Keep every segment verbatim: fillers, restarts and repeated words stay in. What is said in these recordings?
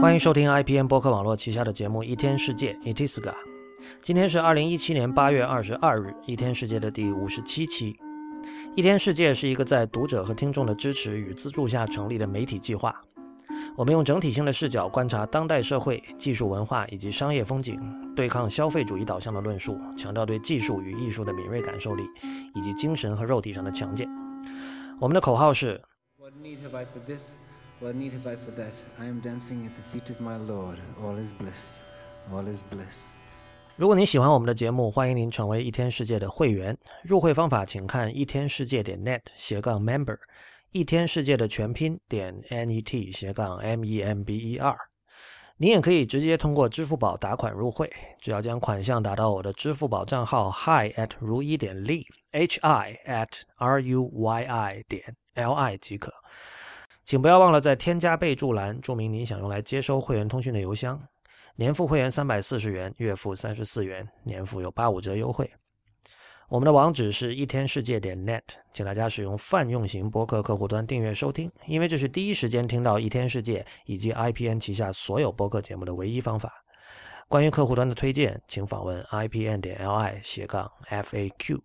欢迎收听 I P N 播客网络旗下的节目一天世界 Itiska。 今天是二零一七年八月二十二日，一天世界的第五十七期。一天世界是一个在读者和听众的支持与资助下成立的媒体计划。我们用整体性的视角观察当代社会、技术文化以及商业风景，对抗消费主义导向的论述，强调对技术与艺术的敏锐感受力，以及精神和肉体上的强健。我们的口号是 What need have I for this? What need have I for that? I am dancing at the feet of my Lord. All is bliss. All is bliss. 如果您喜欢我们的节目，欢迎您成为一天世界的会员。入会方法请看一天世界点 net 斜杠 member， 一天世界的全拼点 net 斜杠 member。您也可以直接通过支付宝打款入会，只要将款项打到我的支付宝账号 hi at 如一点 li hi at rui 点 li 即可。请不要忘了在添加备注栏注明您想用来接收会员通讯的邮箱。年付会员三百四十元，月付三十四元，年付有八五折优惠。我们的网址是一天世界点 net， 请大家使用泛用型播客客户端订阅收听，因为这是第一时间听到一天世界以及 I P N 旗下所有播客节目的唯一方法。关于客户端的推荐，请访问 I P N 点 li 斜杠 F A Q。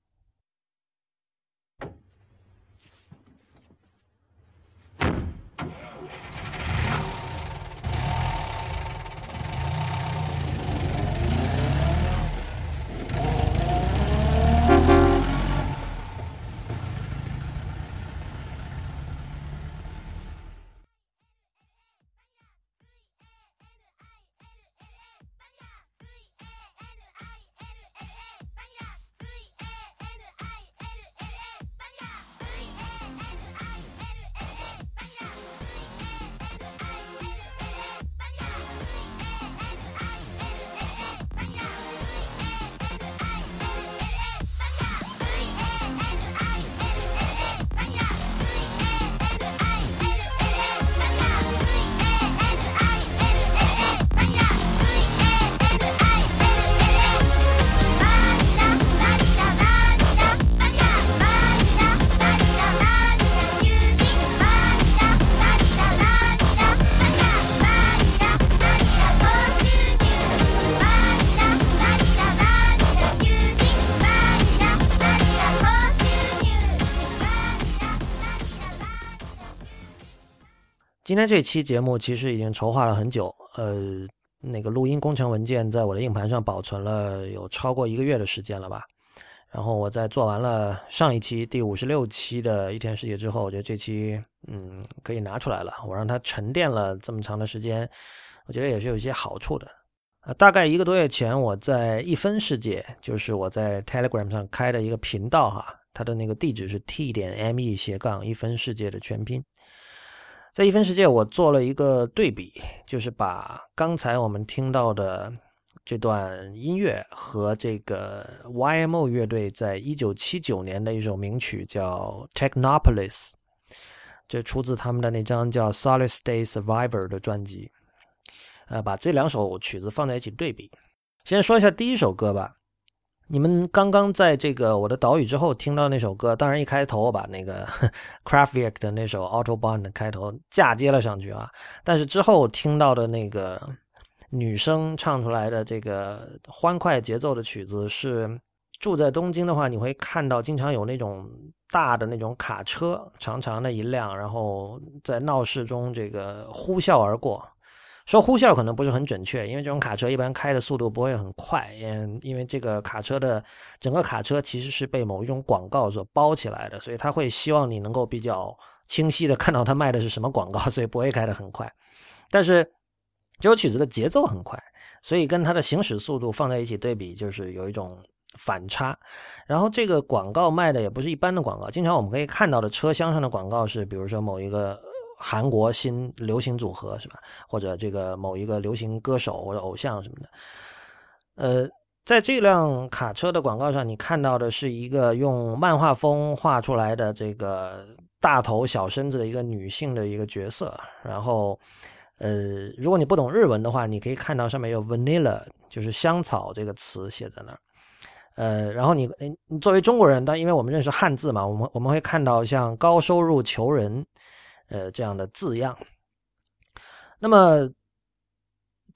今天这期节目其实已经筹划了很久，呃，那个录音工程文件在我的硬盘上保存了有超过一个月的时间了吧。然后我在做完了上一期第五十六期的一天世界之后，我觉得这期嗯可以拿出来了，我让它沉淀了这么长的时间，我觉得也是有一些好处的。呃，大概一个多月前，我在一分世界，就是我在 Telegram 上开的一个频道哈，它的那个地址是 t 点 me 斜杠一分世界的全拼。在一分世界我做了一个对比，就是把刚才我们听到的这段音乐和这个 Y M O 乐队在一九七九年的一首名曲叫 Technopolis， 这出自他们的那张叫 Solid State Survivor 的专辑，呃，把这两首曲子放在一起对比。先说一下第一首歌吧。你们刚刚在这个我的岛屿之后听到那首歌，当然一开头我把那个 Kraftwerk 的那首 Autobahn 的开头嫁接了上去啊，但是之后听到的那个女生唱出来的这个欢快节奏的曲子是，住在东京的话你会看到经常有那种大的那种卡车，长长的一辆，然后在闹市中这个呼啸而过。说呼啸可能不是很准确，因为这种卡车一般开的速度不会很快，因为这个卡车的整个卡车其实是被某一种广告所包起来的，所以他会希望你能够比较清晰的看到他卖的是什么广告，所以不会开得很快。但是这首曲子的节奏很快，所以跟它的行驶速度放在一起对比，就是有一种反差。然后这个广告卖的也不是一般的广告，经常我们可以看到的车厢上的广告是比如说某一个韩国新流行组合是吧，或者这个某一个流行歌手或者偶像什么的。呃，在这辆卡车的广告上，你看到的是一个用漫画风画出来的这个大头小身子的一个女性的一个角色，然后呃，如果你不懂日文的话，你可以看到上面有 vanilla， 就是香草这个词写在那儿。呃，然后你你作为中国人，但因为我们认识汉字嘛，我们我们会看到像高收入求人呃这样的字样。那么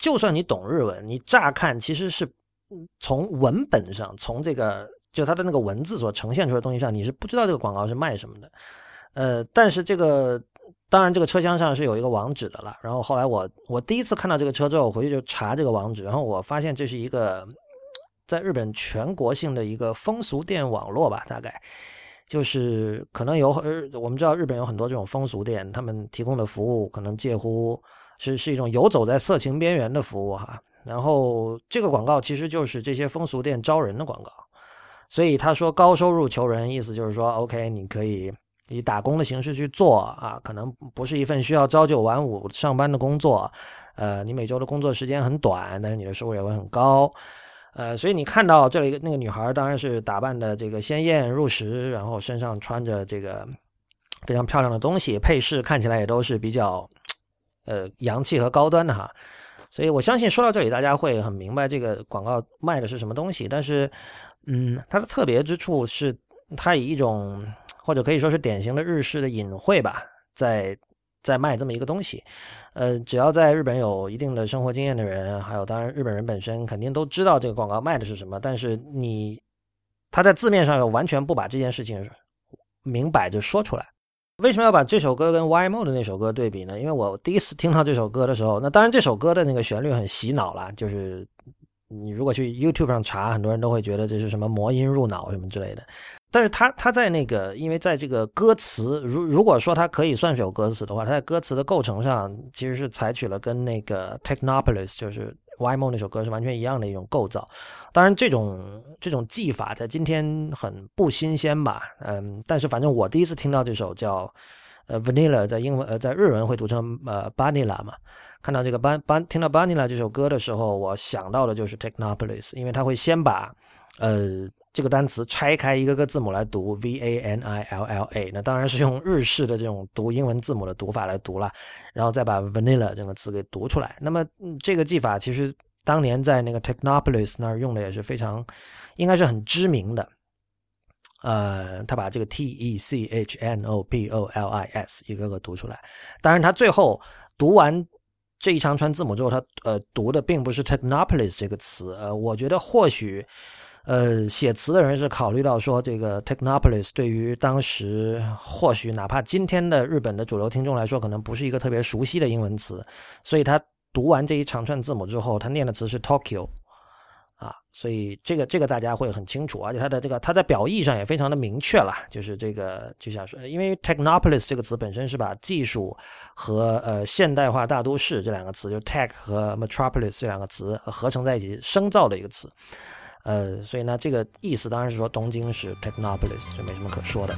就算你懂日文，你乍看其实是从文本上，从这个就它的那个文字所呈现出来的东西上，你是不知道这个广告是卖什么的。呃，但是这个当然这个车厢上是有一个网址的了。然后后来我我第一次看到这个车之后，我回去就查这个网址，然后我发现这是一个在日本全国性的一个风俗店网络吧，大概就是可能有我们知道日本有很多这种风俗店，他们提供的服务可能介乎是是一种游走在色情边缘的服务哈。然后这个广告其实就是这些风俗店招人的广告，所以他说高收入求人，意思就是说 OK 你可以以打工的形式去做啊，可能不是一份需要朝九晚五上班的工作，呃，你每周的工作时间很短，但是你的收入也会很高，呃，所以你看到这里那个女孩当然是打扮的这个鲜艳入时，然后身上穿着这个非常漂亮的东西，配饰看起来也都是比较呃洋气和高端的哈。所以我相信说到这里大家会很明白这个广告卖的是什么东西，但是嗯，它的特别之处是它以一种或者可以说是典型的日式的隐晦吧，在在卖这么一个东西。呃，只要在日本有一定的生活经验的人，还有当然日本人本身肯定都知道这个广告卖的是什么，但是你他在字面上又完全不把这件事情明摆着说出来。为什么要把这首歌跟 Y M O 的那首歌对比呢？因为我第一次听到这首歌的时候，那当然这首歌的那个旋律很洗脑啦，就是你如果去 YouTube 上查，很多人都会觉得这是什么魔音入脑什么之类的。但是他他在那个，因为在这个歌词，如如果说它可以算是有歌词的话，它在歌词的构成上其实是采取了跟那个 Technopolis 就是 Y M O 那首歌是完全一样的一种构造。当然这种这种技法在今天很不新鲜吧，嗯，但是反正我第一次听到这首叫呃 Vanilla， 在英文呃在日文会读成呃 Vanilla 嘛。看到这个班班听到 Vanilla 这首歌的时候，我想到的就是 Technopolis， 因为它会先把呃这个单词拆开一个个字母来读 V A N I L L A， 那当然是用日式的这种读英文字母的读法来读了，然后再把 Vanilla 这个词给读出来。那么、嗯、这个技法其实当年在那个 Technopolis 那儿用的也是非常应该是很知名的。呃，他把这个 T E C H N O P O L I S 一个个读出来。当然他最后读完这一长串字母之后，他呃读的并不是 Technopolis 这个词，呃，我觉得或许呃写词的人是考虑到说这个 Technopolis 对于当时或许哪怕今天的日本的主流听众来说，可能不是一个特别熟悉的英文词，所以他读完这一长串字母之后，他念的词是 Tokyo。啊，所以这个这个大家会很清楚，而且它的这个它在表意上也非常的明确了，就是这个就像说，因为 Technopolis 这个词本身是把技术和呃现代化大都市这两个词，就 Tech 和 Metropolis 这两个词合成在一起生造的一个词，呃，所以呢，这个意思当然是说东京是 Technopolis， 这没什么可说的。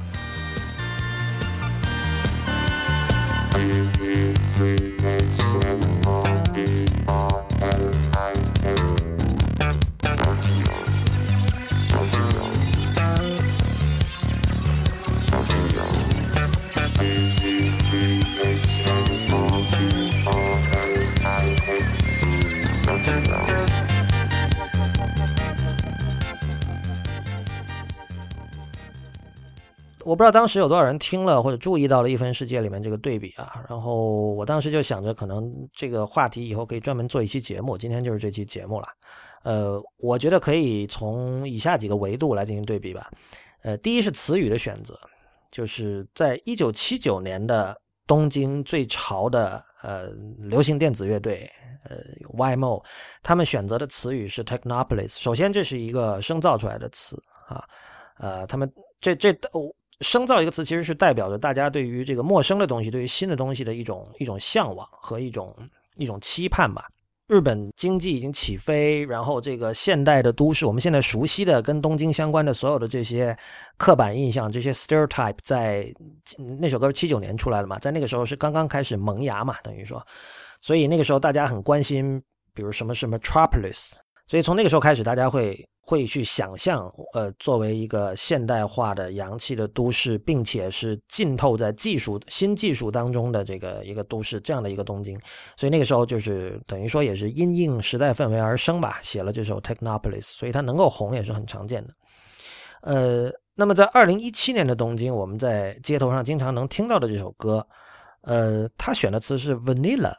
我不知道当时有多少人听了或者注意到了一分世界里面这个对比啊，然后我当时就想着可能这个话题以后可以专门做一期节目，今天就是这期节目了。呃，我觉得可以从以下几个维度来进行对比吧。呃，第一是词语的选择，就是在一九七九年的东京最潮的呃流行电子乐队呃 Y M O， 他们选择的词语是 Technopolis。首先这是一个生造出来的词啊，呃，他们这这哦。生造一个词其实是代表着大家对于这个陌生的东西，对于新的东西的一种一种向往和一种一种期盼吧。日本经济已经起飞，然后这个现代的都市，我们现在熟悉的跟东京相关的所有的这些刻板印象，这些 stereotype， 在那首歌是七九年出来的嘛，在那个时候是刚刚开始萌芽嘛，等于说，所以那个时候大家很关心，比如什么是 Metropolis。所以从那个时候开始，大家会会去想象，呃，作为一个现代化的洋气的都市，并且是浸透在技术新技术当中的这个一个都市，这样的一个东京。所以那个时候就是等于说也是因应时代氛围而生吧，写了这首 Technopolis， 所以它能够红也是很常见的。呃，那么在二零一七年的东京，我们在街头上经常能听到的这首歌，呃，他选的词是 Vanilla。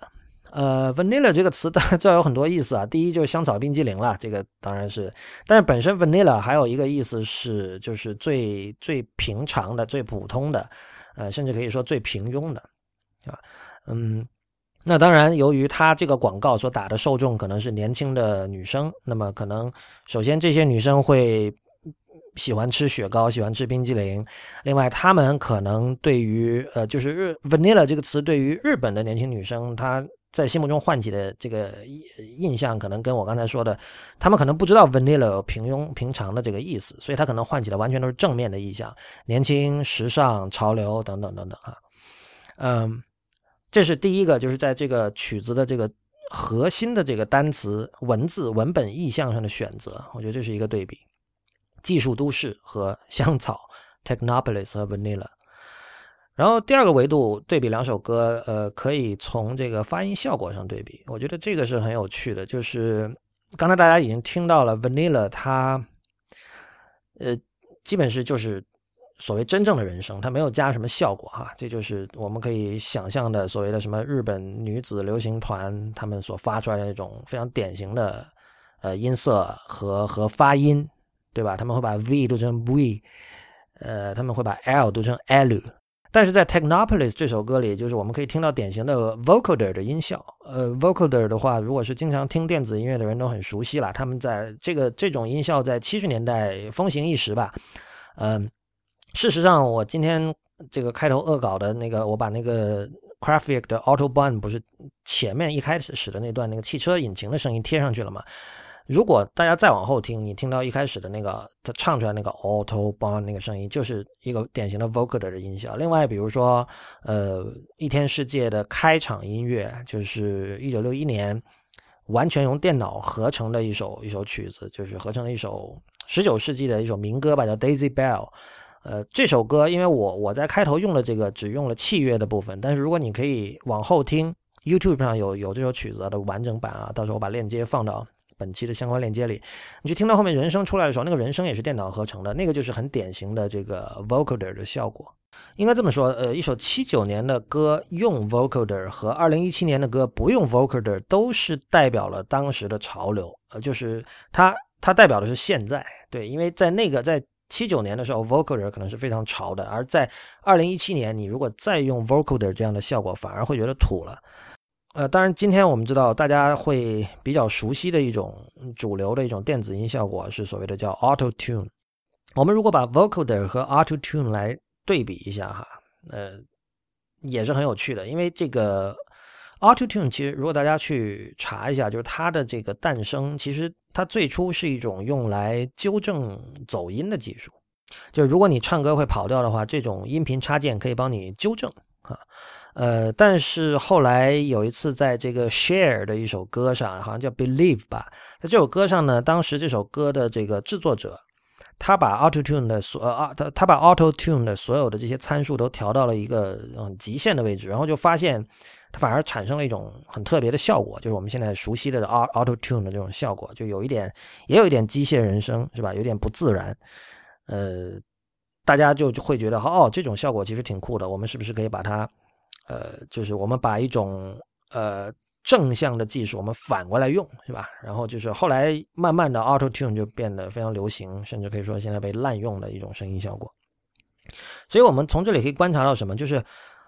呃 vanilla 这个词这有很多意思啊。第一就是香草冰激凌啦，这个当然是，但是本身 vanilla 还有一个意思是就是最最平常的、最普通的，呃，甚至可以说最平庸的，啊，嗯，那当然由于它这个广告所打的受众可能是年轻的女生，那么可能首先这些女生会喜欢吃雪糕，喜欢吃冰激凌。另外，他们可能对于呃，就是日 vanilla 这个词对于日本的年轻女生，她在心目中唤起的这个印象，可能跟我刚才说的，他们可能不知道 vanilla 有平庸平常的这个意思，所以他可能唤起的完全都是正面的意象，年轻、时尚、潮流等等等等啊。嗯，这是第一个，就是在这个曲子的这个核心的这个单词、文字、文本意象上的选择，我觉得这是一个对比。技术都市和香草 Technopolis 和 Vanilla。 然后第二个维度对比两首歌，呃，可以从这个发音效果上对比，我觉得这个是很有趣的。就是刚才大家已经听到了 Vanilla 它呃，基本是就是所谓真正的人声，它没有加什么效果哈，这就是我们可以想象的所谓的什么日本女子流行团他们所发出来的那种非常典型的呃音色和和发音，对吧？他们会把 V 读成 V， 呃，他们会把 L 读成 L。但是在 Technopolis 这首歌里，就是我们可以听到典型的 vocoder 的音效。呃 vocoder 的话，如果是经常听电子音乐的人都很熟悉了，他们在这个这种音效在七十年代风行一时吧。嗯、呃，事实上我今天这个开头恶搞的那个，我把那个 Kraftwerk 的 Autobahn 不是前面一开始使的那段那个汽车引擎的声音贴上去了吗？如果大家再往后听，你听到一开始的那个他唱出来那个 Autobahn 那个声音，就是一个典型的 vocoder 的音效。另外比如说呃一天世界的开场音乐，就是一九六一年完全用电脑合成的一首一首曲子，就是合成了一首十九世纪的一首民歌吧，叫 Daisy Bell。呃，这首歌因为我我在开头用了这个只用了器乐的部分，但是如果你可以往后听 YouTube 上有有这首曲子的完整版啊，到时候我把链接放到本期的相关链接里，你去听到后面人声出来的时候，那个人声也是电脑合成的，那个就是很典型的这个 vocoder 的效果。应该这么说，呃，一首七九年的歌用 vocoder 和二零一七年的歌不用 vocoder 都是代表了当时的潮流，呃，就是它它代表的是现在，对，因为在那个在七九年的时候 vocoder 可能是非常潮的，而在二零一七年你如果再用 vocoder 这样的效果，反而会觉得土了。呃，当然，今天我们知道大家会比较熟悉的一种主流的一种电子音效果是所谓的叫 Auto Tune。我们如果把 vocoder 和 Auto Tune 来对比一下哈，呃，也是很有趣的。因为这个 Auto Tune 其实如果大家去查一下，就是它的这个诞生，其实它最初是一种用来纠正走音的技术。就是如果你唱歌会跑调的话，这种音频插件可以帮你纠正啊。呃，但是后来有一次在这个 Share 的一首歌上，好像叫 Believe 吧，在这首歌上呢，当时这首歌的这个制作者，他把 Auto Tune 的所呃他他把 Auto Tune 的所有的这些参数都调到了一个嗯极限的位置，然后就发现它反而产生了一种很特别的效果，就是我们现在熟悉的 Auto Tune 的这种效果，就有一点也有一点机械人声，是吧？有点不自然。呃，大家就会觉得哦，这种效果其实挺酷的，我们是不是可以把它呃，就是我们把一种呃正向的技术我们反过来用，是吧？然后就是后来慢慢的 Auto Tune 就变得非常流行，甚至可以说现在被滥用的一种声音效果。所以我们从这里可以观察到什么，就是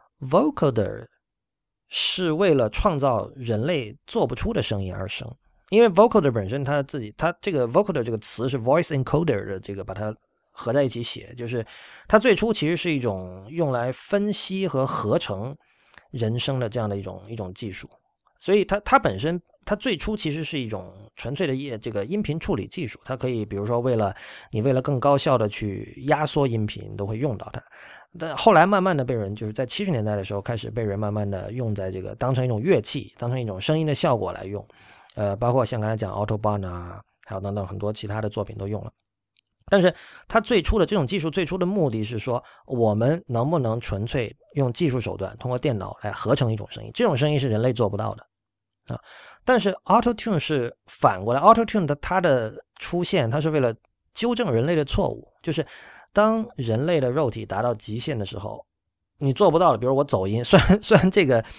vocoder 是为了创造人类做不出的声音而生。因为 vocoder 本身它自己，它这个 vocoder 这个词是 voice encoder 的这个把它合在一起写，就是它最初其实是一种用来分析和合成人声的这样的一种一种技术，所以它它本身它最初其实是一种纯粹的这个音频处理技术，它可以比如说为了你为了更高效的去压缩音频都会用到它，但后来慢慢的被人就是在七十年代的时候开始被人慢慢的用在这个当成一种乐器，当成一种声音的效果来用，呃，包括像刚才讲 Autobahn 啊，还有等等很多其他的作品都用了。但是它最初的这种技术最初的目的是说，我们能不能纯粹用技术手段通过电脑来合成一种声音，这种声音是人类做不到的啊。但是 Auto Tune 是反过来， Auto Tune 的它的出现，它是为了纠正人类的错误，就是当人类的肉体达到极限的时候，你做不到了，比如我走音，虽然虽然这个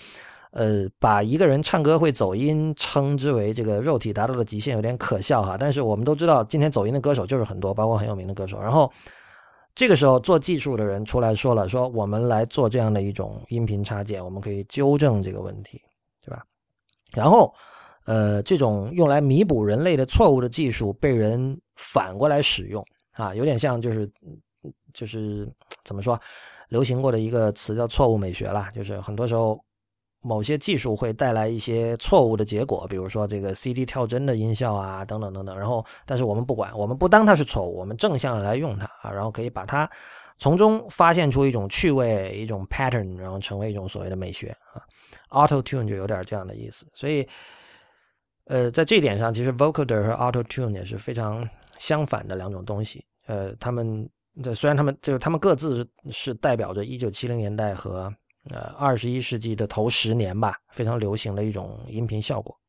呃，把一个人唱歌会走音称之为这个肉体达到了极限，有点可笑哈。但是我们都知道，今天走音的歌手就是很多，包括很有名的歌手。然后这个时候做技术的人出来说了，说我们来做这样的一种音频插件，我们可以纠正这个问题，对吧？然后呃，这种用来弥补人类的错误的技术被人反过来使用啊，有点像就是就是怎么说，流行过的一个词叫错误美学啦，就是很多时候某些技术会带来一些错误的结果，比如说这个 C D 跳帧的音效啊，等等等等。然后，但是我们不管，我们不当它是错误，我们正向的来用它啊，然后可以把它从中发现出一种趣味，一种 pattern， 然后成为一种所谓的美学啊。Auto Tune 就有点这样的意思，所以，呃，在这一点上，其实 Vocoder 和 Auto Tune 也是非常相反的两种东西。呃，他们虽然他们就是他们各自是代表着一九七零年代和呃，二十一世纪的头十年吧，非常流行的一种音频效果。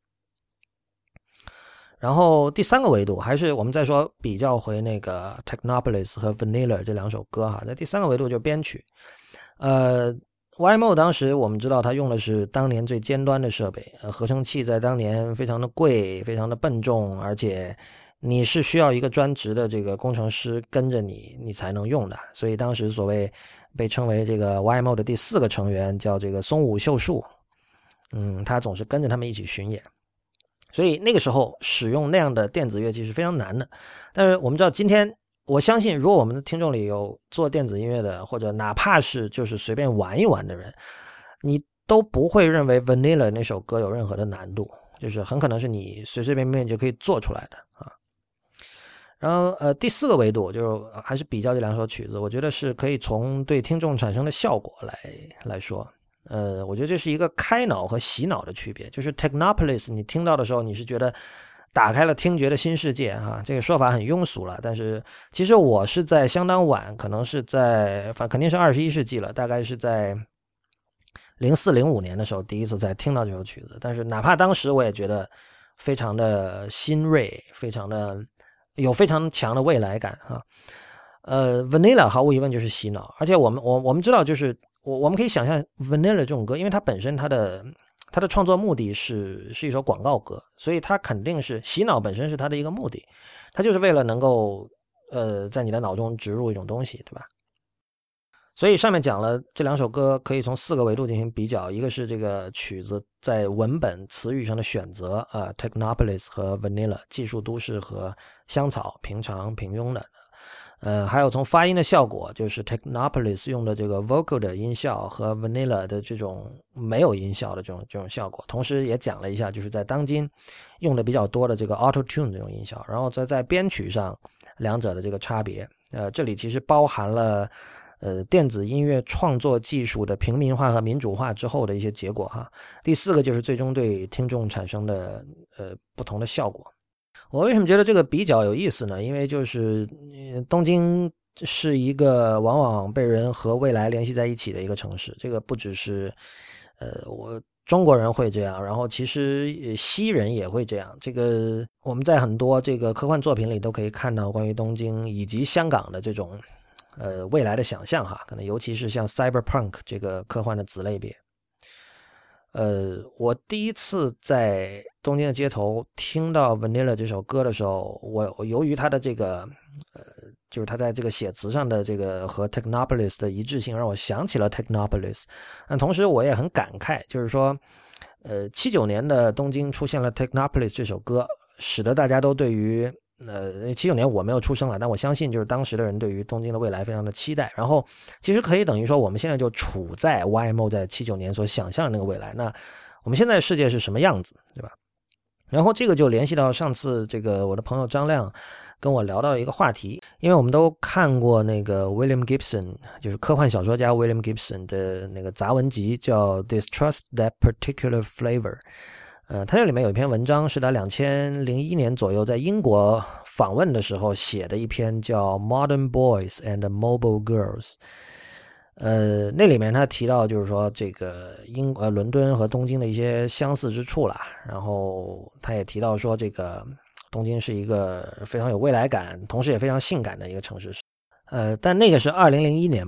然后第三个维度，还是我们再说比较回那个 Technopolis 和 Vanilla 这两首歌哈。在第三个维度就是编曲。呃 Y M O 当时我们知道它用的是当年最尖端的设备，呃，合成器在当年非常的贵，非常的笨重，而且你是需要一个专职的这个工程师跟着你，你才能用的。所以当时所谓被称为这个 Y M O 的第四个成员叫这个松武秀树，嗯，他总是跟着他们一起巡演，所以那个时候使用那样的电子乐器是非常难的。但是我们知道今天，我相信如果我们的听众里有做电子音乐的，或者哪怕是就是随便玩一玩的人，你都不会认为 Vanilla 那首歌有任何的难度，就是很可能是你随随便便就可以做出来的啊。然后呃，第四个维度就是还是比较这两首曲子，我觉得是可以从对听众产生的效果来来说，呃，我觉得这是一个开脑和洗脑的区别。就是 Technopolis 你听到的时候，你是觉得打开了听觉的新世界哈，这个说法很庸俗了，但是其实我是在相当晚，可能是在反肯定是二十一世纪了，大概是在零四零五年的时候第一次才听到这首曲子，但是哪怕当时我也觉得非常的新锐，非常的有非常强的未来感哈。呃 Vanilla 毫无疑问就是洗脑，而且我们我我们知道就是我我们可以想象 Vanilla 这种歌，因为它本身它的它的创作目的是是一首广告歌，所以它肯定是洗脑本身是它的一个目的，它就是为了能够呃在你的脑中植入一种东西，对吧？所以上面讲了这两首歌可以从四个维度进行比较，一个是这个曲子在文本词语上的选择啊、呃、Technopolis 和 Vanilla 技术都市和香草平常平庸的，呃，还有从发音的效果，就是 Technopolis 用的这个 vocal 的音效和 Vanilla 的这种没有音效的这种这种效果，同时也讲了一下就是在当今用的比较多的这个 Auto Tune 这种音效，然后再在编曲上两者的这个差别，呃，这里其实包含了呃电子音乐创作技术的平民化和民主化之后的一些结果哈。第四个就是最终对听众产生的呃不同的效果。我为什么觉得这个比较有意思呢？因为就是东京是一个往往被人和未来联系在一起的一个城市，这个不只是呃我中国人会这样，然后其实西人也会这样。这个我们在很多这个科幻作品里都可以看到关于东京以及香港的这种呃未来的想象哈，可能尤其是像 Cyberpunk 这个科幻的子类别。呃，我第一次在东京的街头听到 Vanilla 这首歌的时候，我我由于它的这个呃，就是它在这个写词上的这个和 Technopolis 的一致性，让我想起了 Technopolis。但同时我也很感慨，就是说，呃，七九年的东京出现了 Technopolis 这首歌，使得大家都对于呃，七九年我没有出生了，但我相信就是当时的人对于东京的未来非常的期待。然后其实可以等于说我们现在就处在 Y M O 在七九年所想象的那个未来。那我们现在的世界是什么样子，对吧？然后这个就联系到上次这个我的朋友张亮跟我聊到一个话题，因为我们都看过那个 William Gibson， 就是科幻小说家 William Gibson 的那个杂文集叫 Distrust That Particular Flavor。呃，他这里面有一篇文章是他两千零一年左右在英国访问的时候写的一篇叫 Modern Boys and Mobile Girls。呃，那里面他提到就是说这个英呃伦敦和东京的一些相似之处啦，然后他也提到说这个东京是一个非常有未来感，同时也非常性感的一个城市。呃，但那个是二零零一年嘛，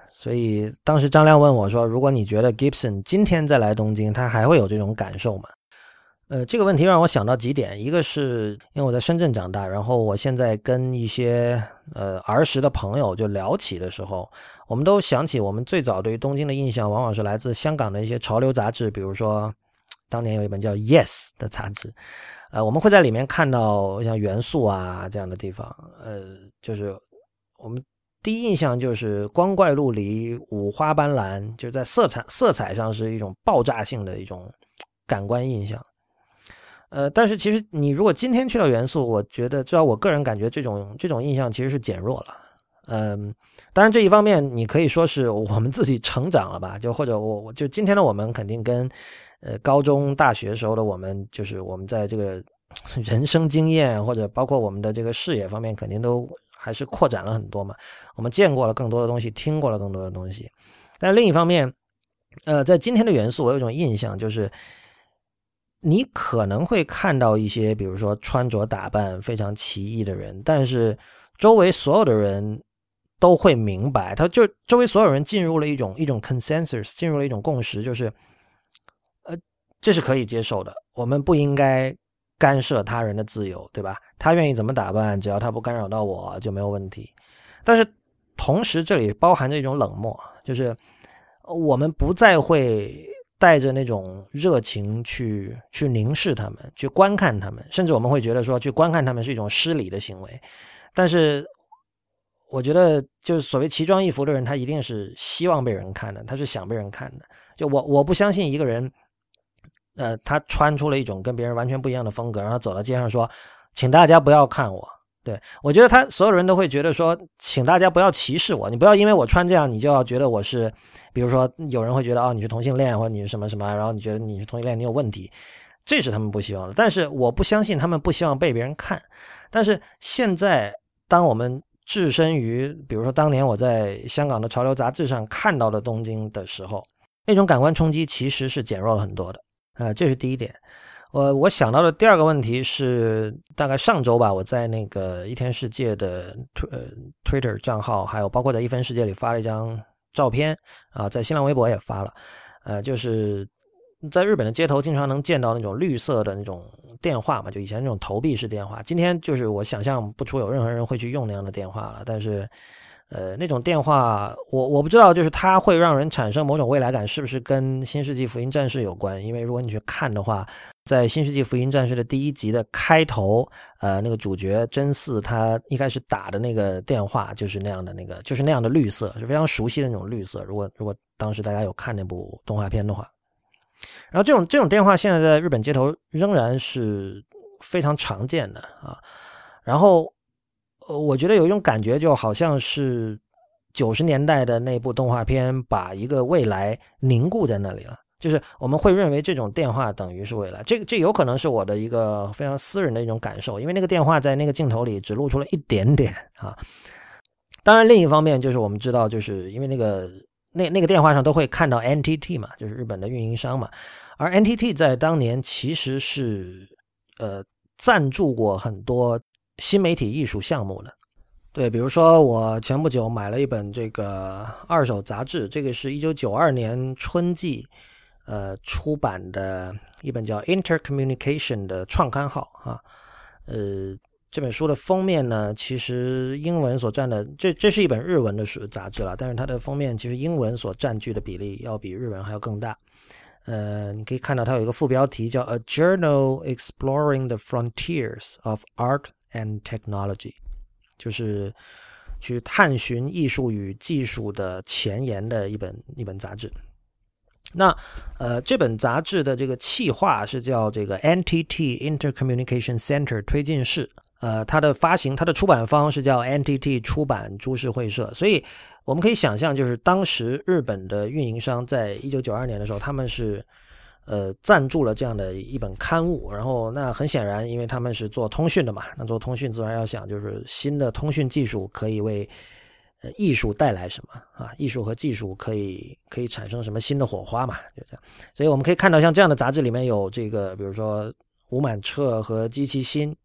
所以当时张亮问我说，如果你觉得 Gibson 今天再来东京，他还会有这种感受吗？呃，这个问题让我想到几点，一个是因为我在深圳长大，然后我现在跟一些呃儿时的朋友就聊起的时候，我们都想起我们最早对于东京的印象往往是来自香港的一些潮流杂志，比如说当年有一本叫 Yes 的杂志，呃，我们会在里面看到像元素啊这样的地方，呃，就是我们第一印象就是光怪陆离、五花斑斓，就是在色彩色彩上是一种爆炸性的一种感官印象。呃，但是其实你如果今天去到元素，我觉得至少我个人感觉这种这种印象其实是减弱了。嗯，当然这一方面你可以说是我们自己成长了吧，就或者我我就今天的我们肯定跟呃高中大学时候的我们，就是我们在这个人生经验或者包括我们的这个视野方面肯定都还是扩展了很多嘛，我们见过了更多的东西，听过了更多的东西。但另一方面呃在今天的元素我有一种印象，就是你可能会看到一些比如说穿着打扮非常奇异的人，但是周围所有的人都会明白，他就周围所有人进入了一种一种 consensus， 进入了一种共识，就是呃这是可以接受的，我们不应该干涉他人的自由，对吧？他愿意怎么打扮，只要他不干扰到我就没有问题。但是同时这里包含着一种冷漠，就是我们不再会带着那种热情去去凝视他们，去观看他们，甚至我们会觉得说去观看他们是一种失礼的行为。但是我觉得就是所谓奇装异服的人，他一定是希望被人看的，他是想被人看的。就我我不相信一个人呃，他穿出了一种跟别人完全不一样的风格，然后走到街上说请大家不要看我。对，我觉得他所有人都会觉得说请大家不要歧视我，你不要因为我穿这样你就要觉得我是，比如说有人会觉得哦你是同性恋或者你是什么什么，然后你觉得你是同性恋你有问题，这是他们不希望的。但是我不相信他们不希望被别人看。但是现在当我们置身于比如说当年我在香港的潮流杂志上看到的东京的时候，那种感官冲击其实是减弱了很多的。呃，这是第一点。我我想到的第二个问题是，大概上周吧，我在那个一天世界的呃 Twitter 账号，还有包括在一分世界里发了一张照片啊、呃，在新浪微博也发了，呃，就是在日本的街头经常能见到那种绿色的那种电话嘛，就以前那种投币式电话。今天就是我想象不出有任何人会去用那样的电话了，但是。呃，那种电话，我我不知道，就是它会让人产生某种未来感，是不是跟《新世纪福音战士》有关？因为如果你去看的话，在《新世纪福音战士》的第一集的开头，呃，那个主角真嗣他一开始打的那个电话，就是那样的那个，就是那样的绿色，是非常熟悉的那种绿色。如果如果当时大家有看那部动画片的话，然后这种这种电话现在在日本街头仍然是非常常见的啊，然后。我觉得有一种感觉就好像是九十年代的那部动画片把一个未来凝固在那里了，就是我们会认为这种电话等于是未来。这这有可能是我的一个非常私人的一种感受，因为那个电话在那个镜头里只露出了一点点啊。当然另一方面就是我们知道，就是因为那个那那个电话上都会看到 N T T 嘛，就是日本的运营商嘛，而 N T T 在当年其实是呃赞助过很多新媒体艺术项目的。对，比如说我前不久买了一本这个二手杂志，这个是一九九二年春季呃出版的一本叫 Intercommunication 的创刊号啊。呃这本书的封面呢，其实英文所占的，这这是一本日文的书杂志了，但是它的封面其实英文所占据的比例要比日文还要更大。呃，你可以看到它有一个副标题叫 A Journal Exploring the Frontiers of Art and Technology， 就是去探寻艺术与技术的前沿的一本一本杂志。那呃，这本杂志的这个企划是叫这个 N T T Intercommunication Center 推进室，呃，它的发行，它的出版方是叫 N T T 出版株式会社，所以我们可以想象，就是当时日本的运营商在一九九二年的时候，他们是呃赞助了这样的一本刊物，然后那很显然，因为他们是做通讯的嘛，那做通讯自然要想，就是新的通讯技术可以为呃艺术带来什么啊？艺术和技术可以可以产生什么新的火花嘛？就这样，所以我们可以看到，像这样的杂志里面有这个，比如说吴满彻和姬其新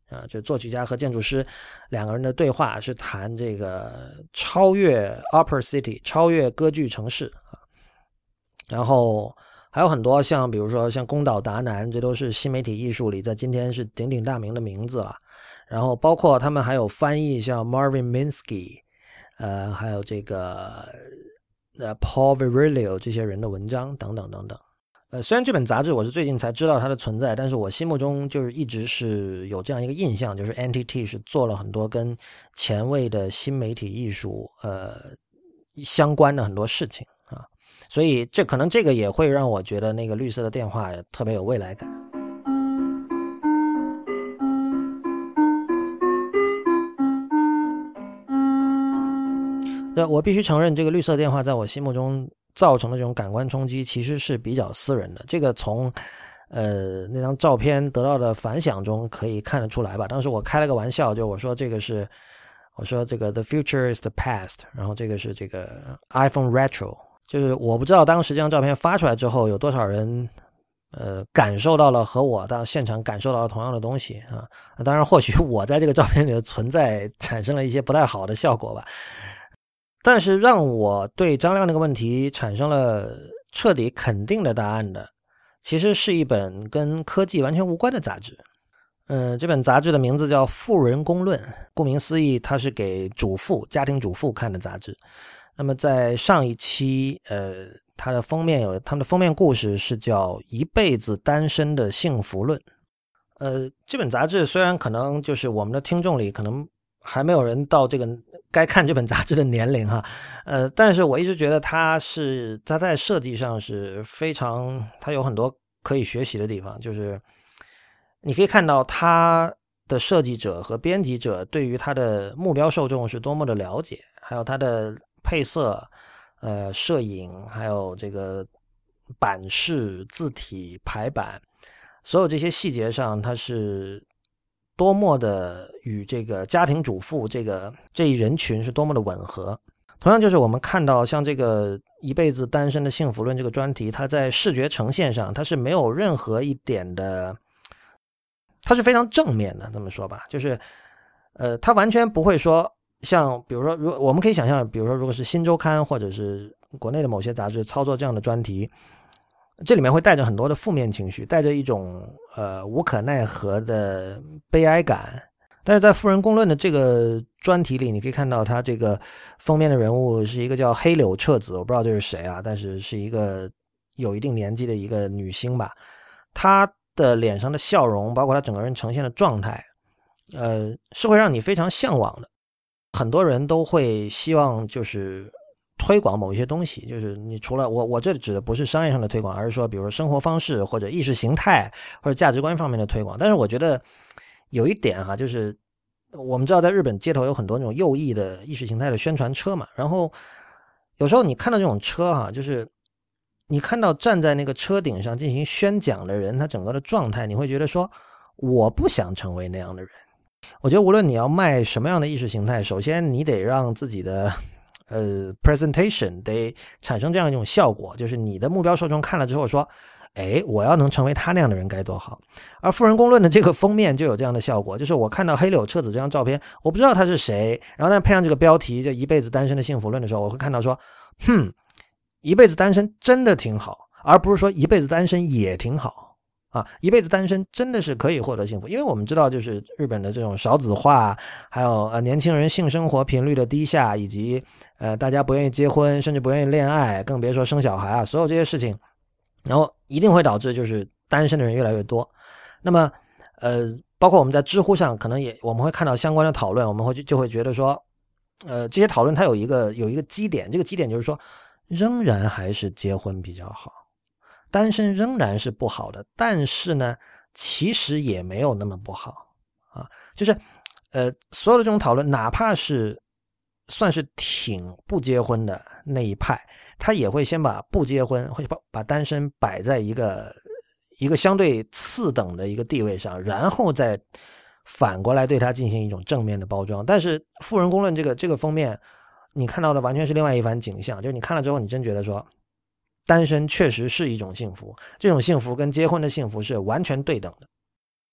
啊，就作曲家和建筑师两个人的对话是谈这个超越 Opera City， 超越歌剧城市啊。然后还有很多像比如说像宫岛达男，这都是新媒体艺术里在今天是鼎鼎大名的名字了。然后包括他们还有翻译像 Marvin Minsky， 呃，还有这个呃 Paul Virilio 这些人的文章等等等等。呃，虽然这本杂志我是最近才知道它的存在，但是我心目中就是一直是有这样一个印象，就是 N T T 是做了很多跟前卫的新媒体艺术呃相关的很多事情啊，所以这可能这个也会让我觉得那个绿色的电话特别有未来感。我必须承认，这个绿色电话在我心目中造成的这种感官冲击其实是比较私人的，这个从呃那张照片得到的反响中可以看得出来吧。当时我开了个玩笑，就我说这个是我说这个 The future is the past， 然后这个是这个 iPhone retro， 就是我不知道当时这张照片发出来之后有多少人呃感受到了和我到现场感受到了同样的东西啊。当然或许我在这个照片里的存在产生了一些不太好的效果吧。但是让我对张亮那个问题产生了彻底肯定的答案的，其实是一本跟科技完全无关的杂志。嗯、呃，这本杂志的名字叫《妇人公论》，顾名思义，它是给主妇、家庭主妇看的杂志。那么在上一期，呃，它的封面有它的封面故事是叫《一辈子单身的幸福论》。呃，这本杂志虽然可能就是我们的听众里可能还没有人到这个该看这本杂志的年龄哈，呃，但是我一直觉得它是它在设计上是非常，它有很多可以学习的地方，就是你可以看到它的设计者和编辑者对于它的目标受众是多么的了解，还有它的配色、呃，摄影，还有这个版式、字体、排版，所有这些细节上，它是多么的与这个家庭主妇这个这一人群是多么的吻合。同样就是我们看到像这个一辈子单身的幸福论这个专题，它在视觉呈现上它是没有任何一点的，它是非常正面的，这么说吧，就是呃，它完全不会说像比如说如我们可以想象，比如说如果是新周刊或者是国内的某些杂志操作这样的专题，这里面会带着很多的负面情绪，带着一种呃无可奈何的悲哀感。但是在妇人公论的这个专题里，你可以看到他这个封面的人物是一个叫黑柳彻子，我不知道这是谁啊，但是是一个有一定年纪的一个女星吧。她的脸上的笑容，包括她整个人呈现的状态，呃，是会让你非常向往的。很多人都会希望就是推广某一些东西，就是你除了我我这里指的不是商业上的推广，而是说比如说生活方式或者意识形态或者价值观方面的推广。但是我觉得有一点哈，就是我们知道在日本街头有很多那种右翼的意识形态的宣传车嘛，然后有时候你看到这种车哈，就是你看到站在那个车顶上进行宣讲的人，他整个的状态，你会觉得说我不想成为那样的人。我觉得无论你要卖什么样的意识形态，首先你得让自己的呃 presentation 得产生这样一种效果，就是你的目标受众看了之后说，哎，我要能成为他那样的人该多好。而妇人公论的这个封面就有这样的效果，就是我看到黑柳彻子这张照片，我不知道他是谁，然后但配上这个标题就一辈子单身的幸福论的时候，我会看到说，哼，一辈子单身真的挺好，而不是说一辈子单身也挺好。啊，一辈子单身真的是可以获得幸福，因为我们知道，就是日本的这种少子化，还有呃年轻人性生活频率的低下，以及呃大家不愿意结婚，甚至不愿意恋爱，更别说生小孩啊，所有这些事情，然后一定会导致就是单身的人越来越多。那么呃，包括我们在知乎上，可能也我们会看到相关的讨论，我们会就会觉得说，呃，这些讨论它有一个有一个基点，这个基点就是说，仍然还是结婚比较好。单身仍然是不好的，但是呢，其实也没有那么不好啊。就是，呃，所有的这种讨论，哪怕是算是挺不结婚的那一派，他也会先把不结婚，会把把单身摆在一个一个相对次等的一个地位上，然后再反过来对他进行一种正面的包装。但是《妇人公论》这个这个封面，你看到的完全是另外一番景象，就是你看了之后，你真觉得说，单身确实是一种幸福，这种幸福跟结婚的幸福是完全对等的。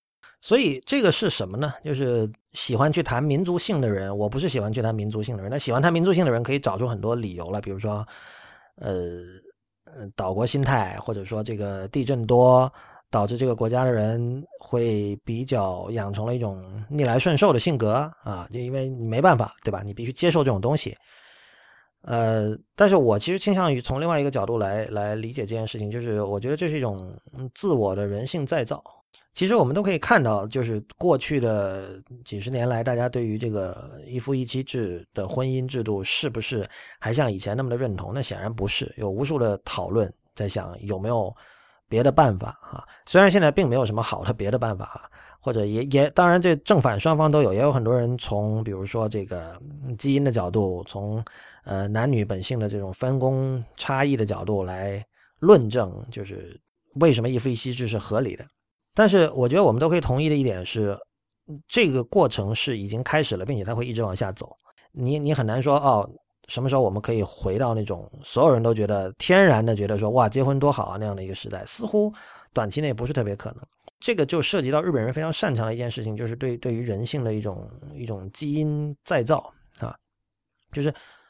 所以这个是什么呢？就是喜欢去谈民族性的人，我不是喜欢去谈民族性的人，那喜欢谈民族性的人可以找出很多理由了，比如说呃岛国心态，或者说这个地震多导致这个国家的人会比较养成了一种逆来顺受的性格啊，就因为你没办法，对吧？你必须接受这种东西。呃，但是我其实倾向于从另外一个角度来来理解这件事情，就是我觉得这是一种自我的人性再造。其实我们都可以看到，就是过去的几十年来，大家对于这个一夫一妻制的婚姻制度是不是还像以前那么的认同？那显然不是，有无数的讨论在想有没有别的办法啊。虽然现在并没有什么好的别的办法啊，或者也也当然这正反双方都有，也有很多人从比如说这个基因的角度，从呃男女本性的这种分工差异的角度来论证，就是为什么一夫一妻制是合理的。但是我觉得我们都可以同意的一点是，这个过程是已经开始了，并且它会一直往下走。你你很难说哦，什么时候我们可以回到那种所有人都觉得天然的觉得说哇结婚多好啊那样的一个时代，似乎短期内不是特别可能。这个就涉及到日本人非常擅长的一件事情，就是对对于人性的一种一种基因再造啊，就是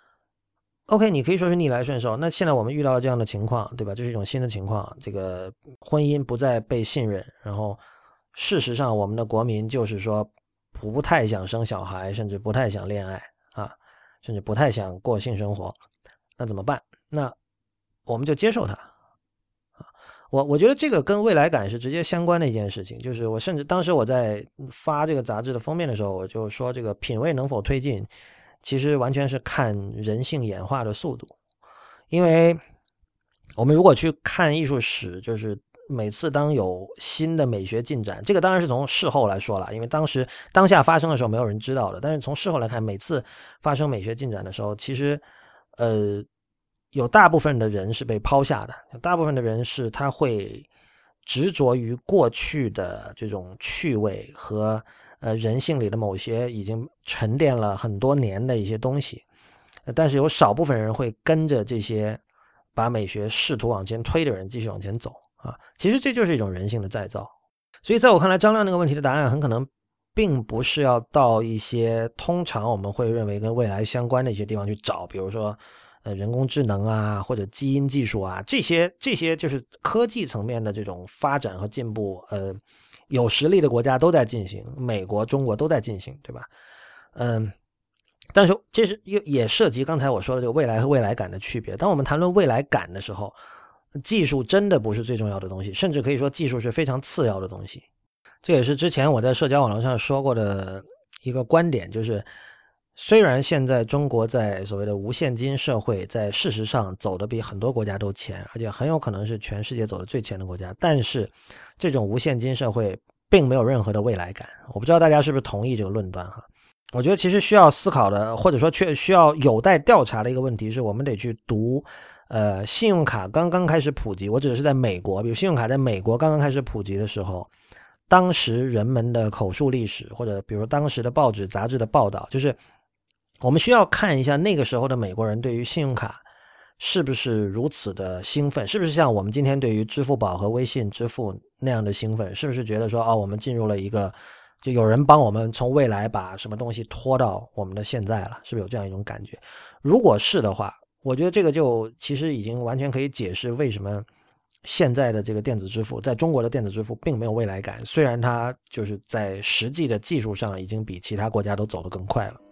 OK， 你可以说是逆来顺受。那现在我们遇到了这样的情况，对吧？这是一种新的情况，这个婚姻不再被信任，然后事实上我们的国民就是说不太想生小孩，甚至不太想恋爱啊，甚至不太想过性生活。那怎么办？那我们就接受它。我我觉得这个跟未来感是直接相关的一件事情，就是我甚至当时我在发这个杂志的封面的时候，我就说这个品味能否推进，其实完全是看人性演化的速度。因为我们如果去看艺术史，就是每次当有新的美学进展，这个当然是从事后来说了，因为当时当下发生的时候没有人知道的，但是从事后来看，每次发生美学进展的时候，其实呃有大部分的人是被抛下的，有大部分的人是他会执着于过去的这种趣味和呃人性里的某些已经沉淀了很多年的一些东西，但是有少部分人会跟着这些把美学试图往前推的人继续往前走啊。其实这就是一种人性的再造。所以在我看来，张亮那个问题的答案很可能并不是要到一些通常我们会认为跟未来相关的一些地方去找，比如说呃，人工智能啊，或者基因技术啊，这些这些就是科技层面的这种发展和进步，呃，有实力的国家都在进行，美国、中国都在进行，对吧？嗯，但是这是也涉及刚才我说的这个未来和未来感的区别。当我们谈论未来感的时候，技术真的不是最重要的东西，甚至可以说技术是非常次要的东西。这也是之前我在社交网络上说过的一个观点，就是虽然现在中国在所谓的无现金社会在事实上走得比很多国家都前，而且很有可能是全世界走得最前的国家，但是这种无现金社会并没有任何的未来感。我不知道大家是不是同意这个论断哈？我觉得其实需要思考的，或者说却需要有待调查的一个问题是，我们得去读呃，信用卡刚刚开始普及，我指的是在美国，比如信用卡在美国刚刚开始普及的时候，当时人们的口述历史，或者比如当时的报纸杂志的报道，就是我们需要看一下那个时候的美国人对于信用卡是不是如此的兴奋，是不是像我们今天对于支付宝和微信支付那样的兴奋，是不是觉得说哦，我们进入了一个就有人帮我们从未来把什么东西拖到我们的现在了，是不是有这样一种感觉？如果是的话，我觉得这个就其实已经完全可以解释为什么现在的这个电子支付，在中国的电子支付并没有未来感，虽然它就是在实际的技术上已经比其他国家都走得更快了。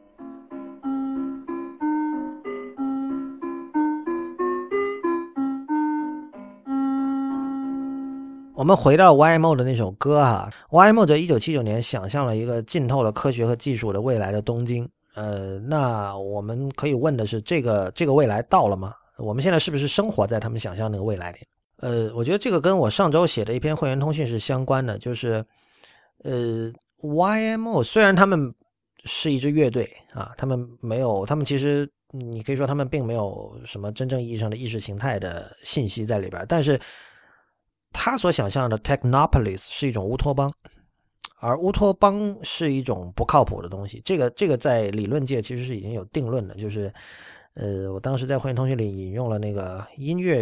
我们回到 Y M O 的那首歌啊 ，Y M O 在一九七九年想象了一个浸透了科学和技术的未来的东京。呃，那我们可以问的是，这个这个未来到了吗？我们现在是不是生活在他们想象那个未来里？呃，我觉得这个跟我上周写的一篇会员通讯是相关的，就是呃 Y M O 虽然他们是一支乐队啊，他们没有，他们其实你可以说他们并没有什么真正意义上的意识形态的信息在里边，但是他所想象的 Technopolis 是一种乌托邦，而乌托邦是一种不靠谱的东西。这个这个在理论界其实是已经有定论的，就是呃，我当时在会员通讯里引用了那个音乐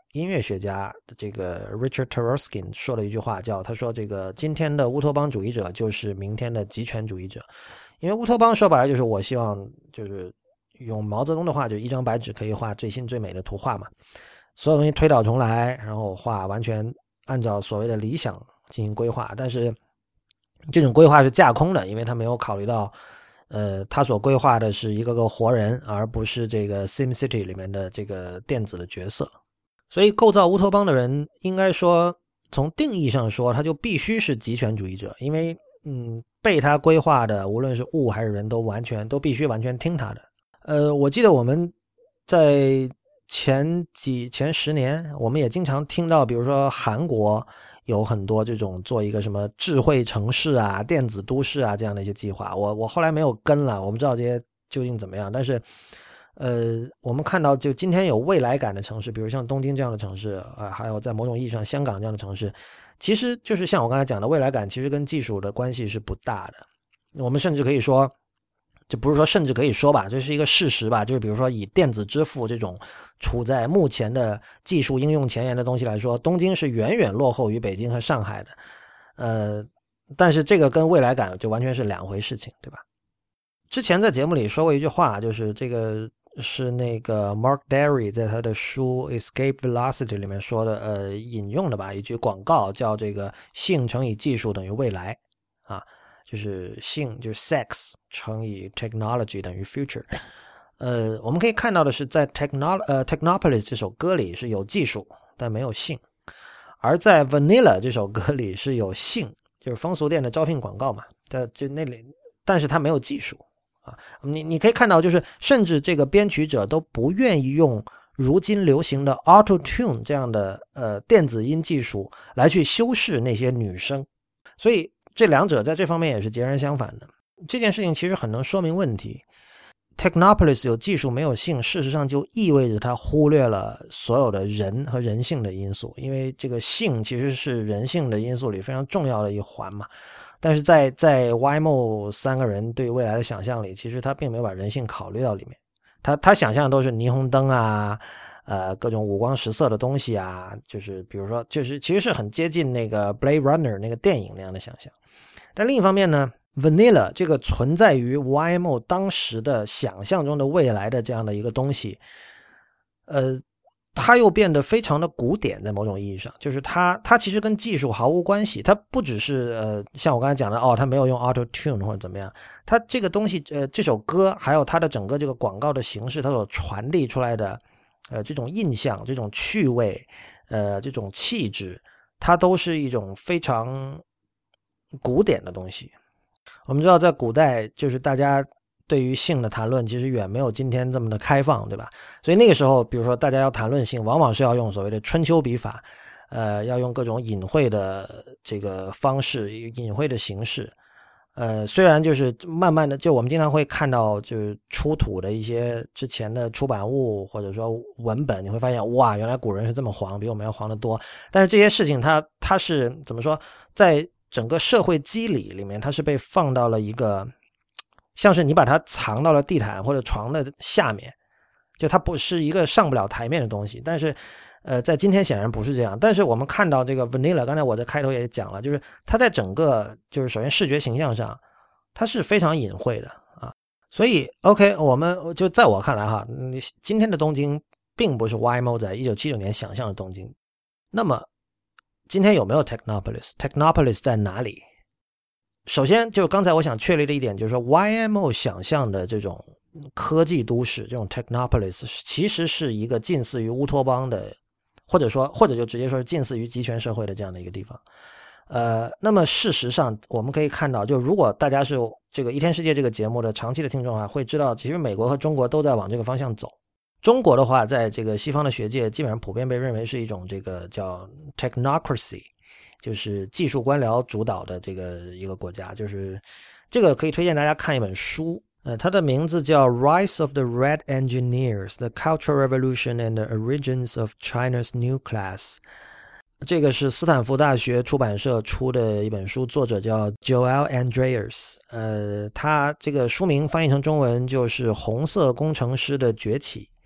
音乐学家这个 Richard Taruskin 说了一句话，叫他说这个今天的乌托邦主义者就是明天的极权主义者。因为乌托邦说白了就是我希望就是用毛泽东的话，就一张白纸可以画最新最美的图画嘛，所有东西推倒重来，然后画完全按照所谓的理想进行规划。但是这种规划是架空的，因为他没有考虑到呃，他所规划的是一个个活人，而不是这个 SimCity 里面的这个电子的角色。所以构造乌托邦的人应该说从定义上说他就必须是极权主义者，因为嗯，被他规划的无论是物还是人都完全都必须完全听他的。呃，我记得我们在前几前十年我们也经常听到比如说韩国有很多这种做一个什么智慧城市啊电子都市啊这样的一些计划，我我后来没有跟了，我不知道这些究竟怎么样。但是呃，我们看到就今天有未来感的城市，比如像东京这样的城市啊、呃，还有在某种意义上香港这样的城市，其实就是像我刚才讲的，未来感其实跟技术的关系是不大的。我们甚至可以说，就不是说甚至可以说吧，这是一个事实吧，就是比如说以电子支付这种处在目前的技术应用前沿的东西来说，东京是远远落后于北京和上海的。呃，但是这个跟未来感就完全是两回事情，对吧？之前在节目里说过一句话，就是这个是那个 Mark Derry 在他的书 Escape Velocity 里面说的，呃，引用的吧，一句广告叫这个性乘以技术等于未来啊，就是性就是 sex 乘以 technology 等于 future。呃，我们可以看到的是在 Techno 呃 Technopolis 这首歌里是有技术但没有性，而在 Vanilla 这首歌里是有性，就是风俗店的招聘广告嘛，在就那里，但是它没有技术。你你可以看到，就是甚至这个编曲者都不愿意用如今流行的 Auto Tune 这样的呃电子音技术来去修饰那些女声，所以这两者在这方面也是截然相反的。这件事情其实很能说明问题。Technopolis 有技术没有性，事实上就意味着它忽略了所有的人和人性的因素，因为这个性其实是人性的因素里非常重要的一环嘛。但是在在 Y M O 三个人对未来的想象里，其实他并没有把人性考虑到里面。他他想象的都是霓虹灯啊，呃，各种五光十色的东西啊，就是比如说，就是其实是很接近那个 Blade Runner 那个电影那样的想象。但另一方面呢 ，Vanilla 这个存在于 Y M O 当时的想象中的未来的这样的一个东西，呃。它又变得非常的古典，在某种意义上，就是它它其实跟技术毫无关系，它不只是呃像我刚才讲的哦，它没有用 Auto Tune 或者怎么样，它这个东西呃这首歌还有它的整个这个广告的形式，它所传递出来的呃这种印象、这种趣味、呃这种气质，它都是一种非常古典的东西。我们知道在古代就是大家对于性的谈论其实远没有今天这么的开放，对吧？所以那个时候比如说大家要谈论性，往往是要用所谓的春秋笔法，呃要用各种隐晦的这个方式，隐晦的形式。呃虽然就是慢慢的，就我们经常会看到就是出土的一些之前的出版物或者说文本，你会发现哇，原来古人是这么黄，比我们要黄得多。但是这些事情它它是怎么说，在整个社会机理里面，它是被放到了一个像是你把它藏到了地毯或者床的下面，就它不是一个上不了台面的东西。但是呃，在今天显然不是这样。但是我们看到这个 Vanilla， 刚才我在开头也讲了，就是它在整个就是首先视觉形象上它是非常隐晦的啊。所以 OK， 我们就在我看来哈，今天的东京并不是 Y M O 在一九七九年想象的东京。那么今天有没有 Technopolis？ Technopolis 在哪里？首先就是刚才我想确立的一点，就是说 Y M O 想象的这种科技都市，这种 Technopolis 其实是一个近似于乌托邦的，或者说或者就直接说是近似于极权社会的这样的一个地方。呃，那么事实上我们可以看到，就如果大家是这个一天世界这个节目的长期的听众啊，会知道其实美国和中国都在往这个方向走。中国的话在这个西方的学界基本上普遍被认为是一种这个叫 technocracy，就是技术官僚主导的这个一个国家。就是这个可以推荐大家看一本书，呃，它的名字叫 Rise of the Red Engineers, the Cultural Revolution and the Origins of China's New Class。 这个是斯坦福大学出版社出的一本书，作者叫 Joel Andreas。 呃，他这个书名翻译成中文就是红色工程师的崛起。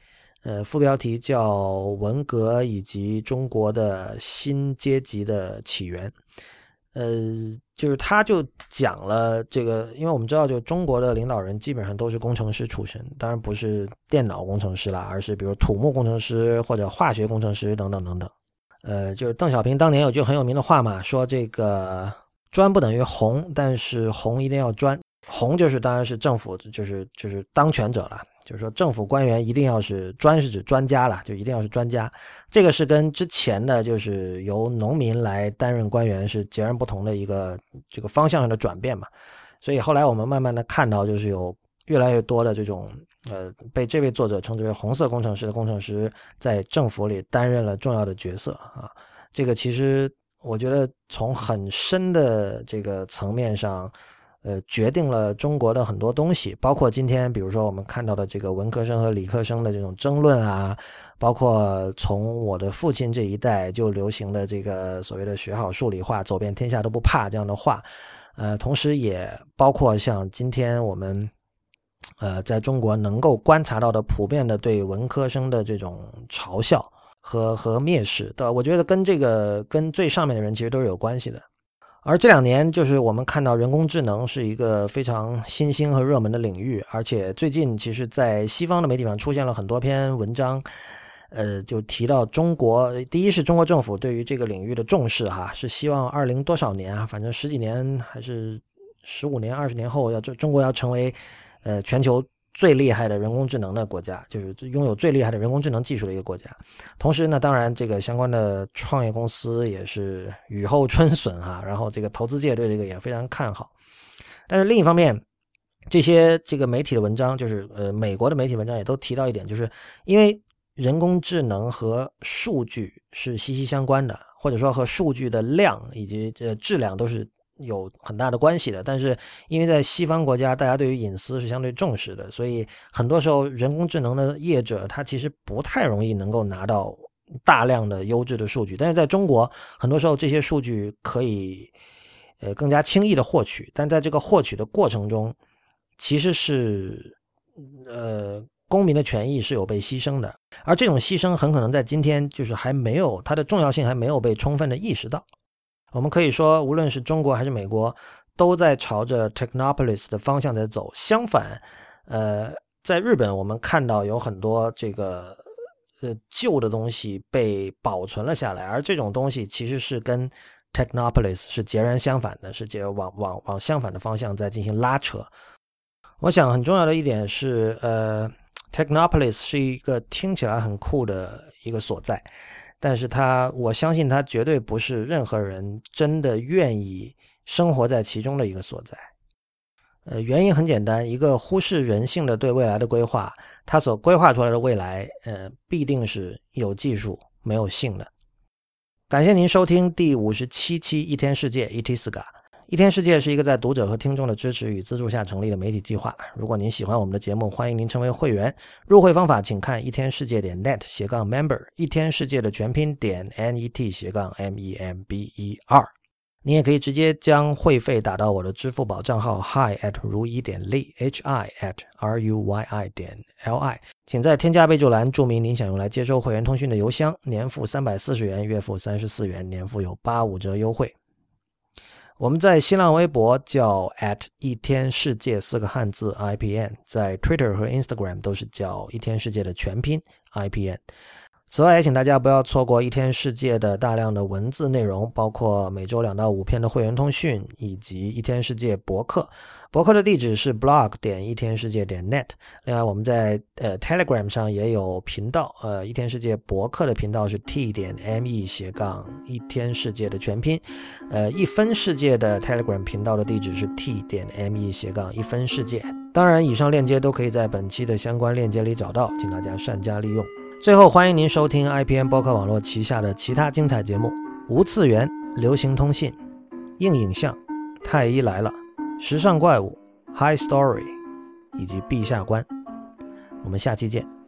呃，副标题叫文革以及中国的新阶级的起源。呃，就是他就讲了这个，因为我们知道，就中国的领导人基本上都是工程师出身，当然不是电脑工程师啦，而是比如土木工程师或者化学工程师等等等等。呃，就是邓小平当年有句很有名的话嘛，说这个专不等于红，但是红一定要专。红就是当然是政府，就是就是当权者了，就是说政府官员一定要是，专是指专家了，就一定要是专家。这个是跟之前的就是由农民来担任官员是截然不同的一个这个方向上的转变嘛。所以后来我们慢慢的看到，就是有越来越多的这种呃被这位作者称之为红色工程师的工程师在政府里担任了重要的角色啊。这个其实我觉得从很深的这个层面上呃，决定了中国的很多东西，包括今天比如说我们看到的这个文科生和理科生的这种争论啊，包括从我的父亲这一代就流行的这个所谓的学好数理化，走遍天下都不怕这样的话，呃，同时也包括像今天我们呃在中国能够观察到的普遍的对文科生的这种嘲笑和和蔑视的，我觉得跟这个跟最上面的人其实都是有关系的。而这两年就是我们看到人工智能是一个非常新兴和热门的领域，而且最近其实在西方的媒体上出现了很多篇文章，呃，就提到中国，第一是中国政府对于这个领域的重视哈，是希望二零多少年啊，反正十几年还是十五年、二十年后要中国要成为呃全球最厉害的人工智能的国家，就是拥有最厉害的人工智能技术的一个国家。同时呢，当然这个相关的创业公司也是雨后春笋啊，然后这个投资界对这个也非常看好。但是另一方面，这些这个媒体的文章，就是呃美国的媒体文章也都提到一点，就是因为人工智能和数据是息息相关的，或者说和数据的量以及这质量都是有很大的关系的，但是因为在西方国家大家对于隐私是相对重视的，所以很多时候人工智能的业者他其实不太容易能够拿到大量的优质的数据，但是在中国很多时候这些数据可以呃更加轻易的获取，但在这个获取的过程中其实是呃公民的权益是有被牺牲的，而这种牺牲很可能在今天就是还没有，它的重要性还没有被充分的意识到。我们可以说无论是中国还是美国都在朝着 Technopolis 的方向在走，相反呃，在日本我们看到有很多这个呃旧的东西被保存了下来，而这种东西其实是跟 Technopolis 是截然相反的，是截往往往相反的方向在进行拉扯。我想很重要的一点是呃 Technopolis 是一个听起来很酷的一个所在，但是它我相信它绝对不是任何人真的愿意生活在其中的一个所在。呃，原因很简单，一个忽视人性的对未来的规划，它所规划出来的未来呃，必定是有技术没有性的。感谢您收听第五十七期一天世界 E T 四 G。一天世界是一个在读者和听众的支持与资助下成立的媒体计划。如果您喜欢我们的节目，欢迎您成为会员。入会方法请看一天世界点 net 斜杠 member， 一天世界的全拼点 net 斜杠 m e m b e r。你也可以直接将会费打到我的支付宝账号 hi at 如一点 li hi at r u y i 点 l i， 请在添加备注栏注明您想用来接收会员通讯的邮箱，年付三百四十元，月付三十四元，年付有八五折优惠。我们在新浪微博叫 at 一天世界四个汉字 I P N， 在 Twitter 和 Instagram 都是叫一天世界的全拼 I P N。 此外也请大家不要错过一天世界的大量的文字内容，包括每周两到五篇的会员通讯，以及一天世界博客。博客的地址是 blog 点一天世界点 net。 另外我们在呃 Telegram 上也有频道，呃一天世界博客的频道是 t 点 me 斜杠一天世界的全拼，呃一分世界的 Telegram 频道的地址是 t 点 me 斜杠一分世界。当然以上链接都可以在本期的相关链接里找到，请大家善加利用。最后欢迎您收听 I P N 播客网络旗下的其他精彩节目：无次元、流行通信、硬影像、太医来了、时尚怪物、High Story 以及陛下观。我们下期见。